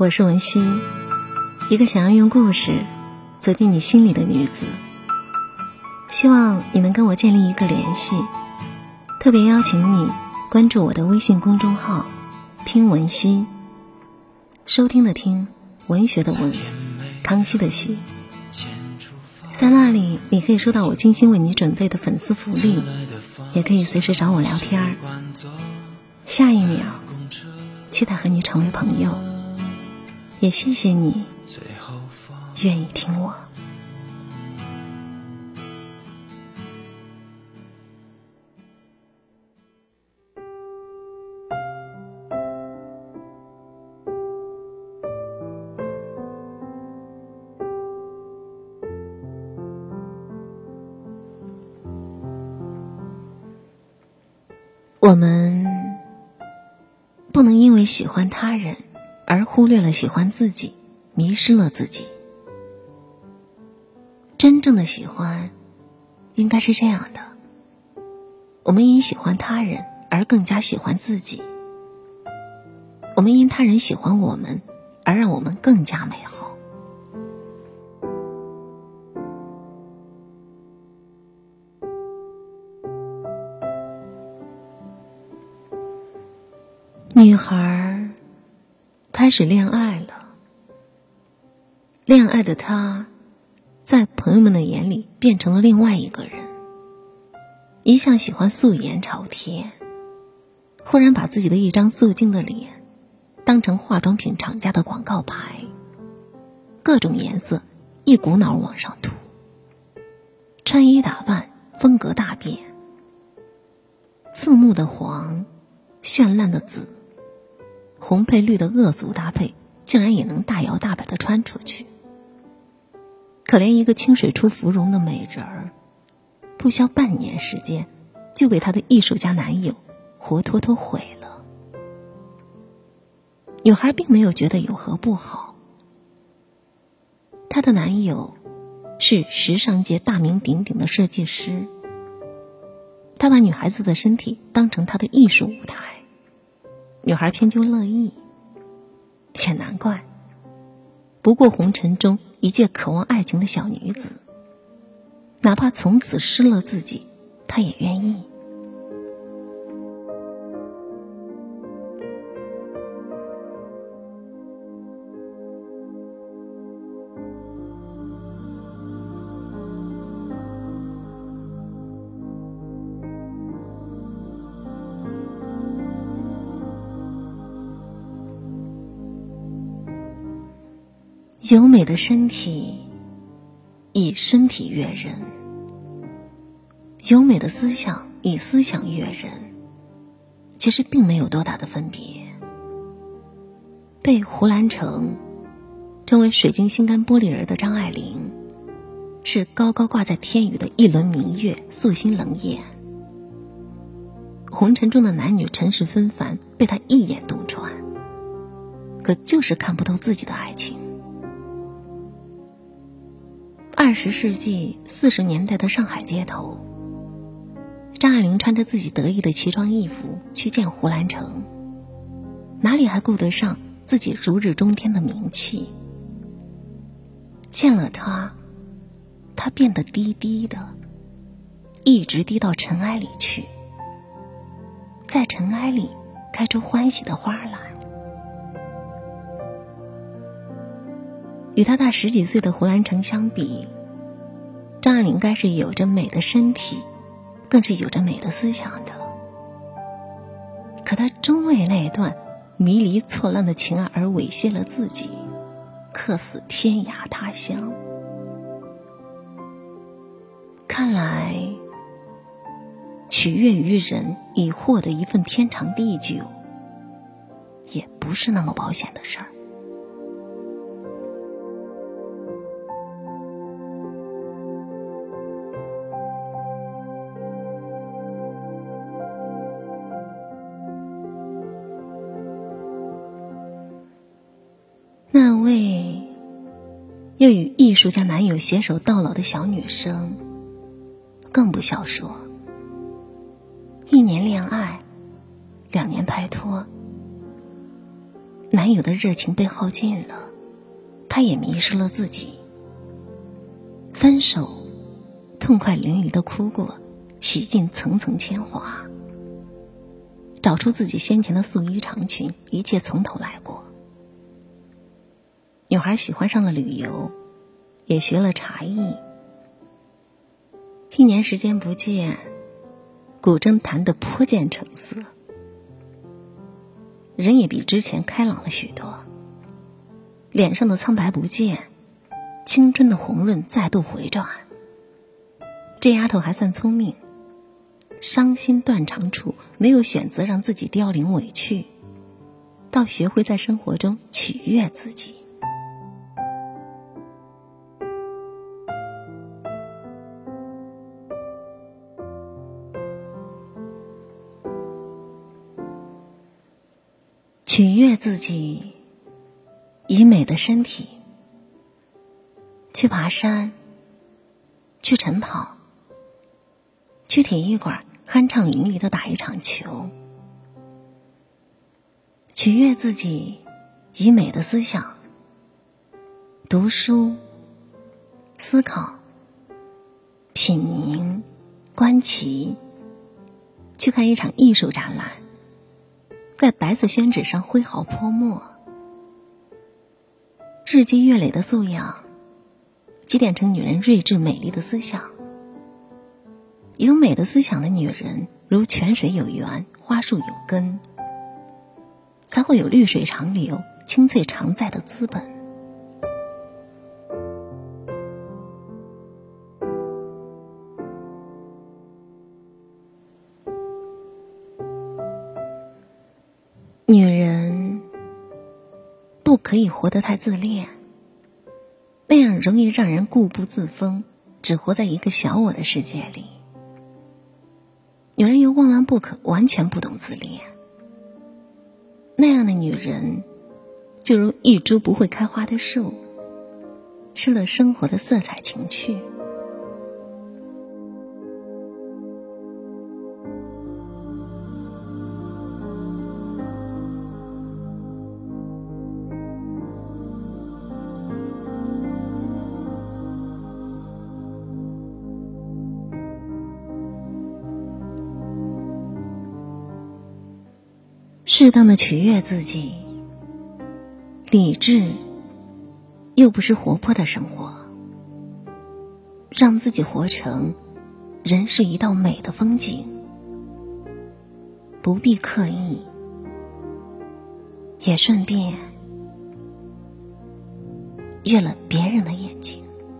我是文熙，一个想要用故事走进你心里的女子。希望你能跟我建立一个联系，特别邀请你关注我的微信公众号听文熙，收听的听，文学的文，康熙的熙。在那里你可以收到我精心为你准备的粉丝福利，也可以随时找我聊天。下一秒期待和你成为朋友，也谢谢你愿意听我。我们不能因为喜欢他人而忽略了喜欢自己，迷失了自己。真正的喜欢应该是这样的，我们因喜欢他人而更加喜欢自己，我们因他人喜欢我们而让我们更加美好。女孩开始恋爱了，恋爱的她在朋友们的眼里变成了另外一个人。一向喜欢素颜朝天，忽然把自己的一张素净的脸当成化妆品厂家的广告牌，各种颜色一股脑往上涂，穿衣打扮风格大变，刺目的黄，绚烂的紫，红配绿的恶俗搭配竟然也能大摇大摆地穿出去。可怜一个清水出芙蓉的美人儿，不消半年时间就被她的艺术家男友活脱脱毁了。女孩并没有觉得有何不好，她的男友是时尚界大名鼎鼎的设计师，他把女孩子的身体当成他的艺术舞台，女孩偏就乐意，也难怪，不过红尘中一介渴望爱情的小女子，哪怕从此失了自己，她也愿意。优美的身体以身体悦人，优美的思想以思想悦人，其实并没有多大的分别。被胡兰成称为水晶心肝玻璃人的张爱玲，是高高挂在天宇的一轮明月，素心冷眼。红尘中的男女尘世纷繁，被他一眼洞穿，可就是看不透自己的爱情。20世纪40年代的上海街头，张爱玲穿着自己得意的奇装异服去见胡兰成，哪里还顾得上自己如日中天的名气。见了他，他变得低低的，一直低到尘埃里去，在尘埃里开出欢喜的花来。与他大10几岁的胡兰成相比，张爱玲该是有着美的身体，更是有着美的思想的。可他终为那段迷离错乱的情爱而猥亵了自己，客死天涯他乡。看来取悦于人以获得一份天长地久，也不是那么保险的事儿。那位又与艺术家男友携手到老的小女生更不消说，1年恋爱，2年拍拖男友的热情被耗尽了，她也迷失了自己。分手，痛快淋漓的哭过，洗尽层层铅华，找出自己先前的素衣长裙，一切从头来过。女孩喜欢上了旅游，也学了茶艺。1年时间不见，古筝弹得颇见成色，人也比之前开朗了许多，脸上的苍白不见，青春的红润再度回转。这丫头还算聪明，伤心断肠处没有选择让自己凋零委屈，倒学会在生活中取悦自己。取悦自己，以美的身体去爬山，去晨跑，去体育馆酣畅淋漓地打一场球。取悦自己，以美的思想读书、思考、品茗、观棋，去看一场艺术展览，在白色宣纸上挥毫泼墨。日积月累的素养积淀成女人睿智美丽的思想。有美的思想的女人，如泉水有源，花树有根，才会有绿水长流、青翠常在的资本。女人不可以活得太自恋，那样容易让人固步自封，只活在一个小我的世界里。女人又万万不可完全不懂自恋，那样的女人就如一株不会开花的树，失了生活的色彩情趣。适当的取悦自己，理智又不失活泼的生活，让自己活成人是一道美的风景，不必刻意，也顺便悦了别人的眼睛。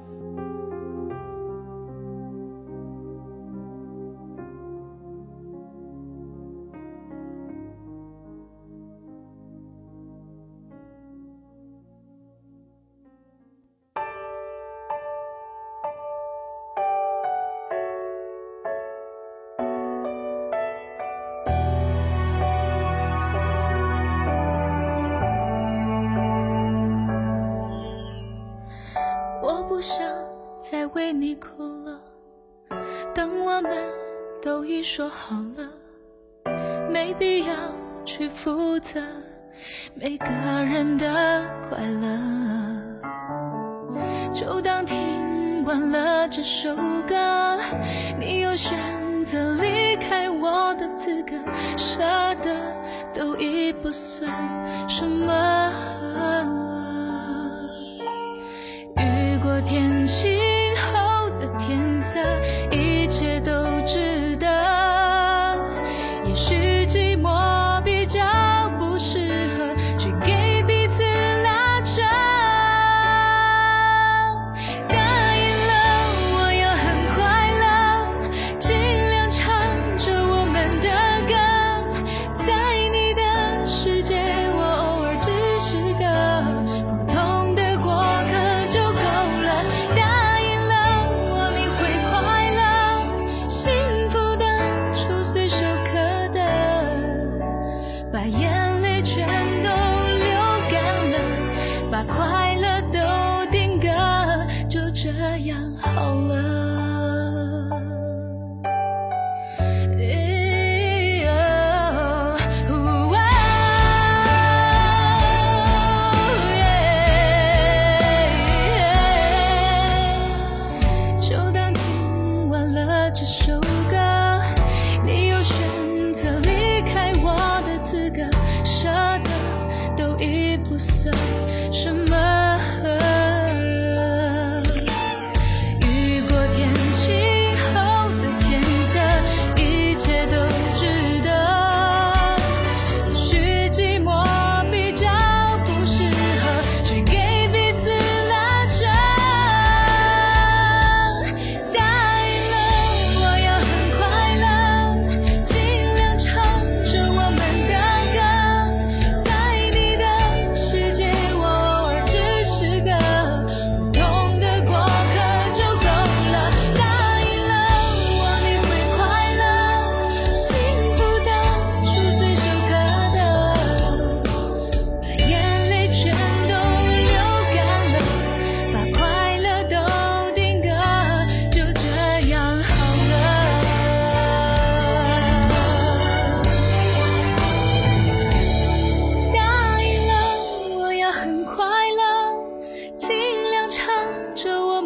我不想再为你哭了，等我们都已说好了，没必要去负责每个人的快乐，就当听完了这首歌，你有选择离开我的资格，舍得都已不算什么。天晴后的天色，一切都值得。也许寂寞比较不适合去给彼此拉扯。答应了我要很快乐，尽量唱着我们的歌。在你的世界，我偶尔只是个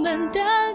们的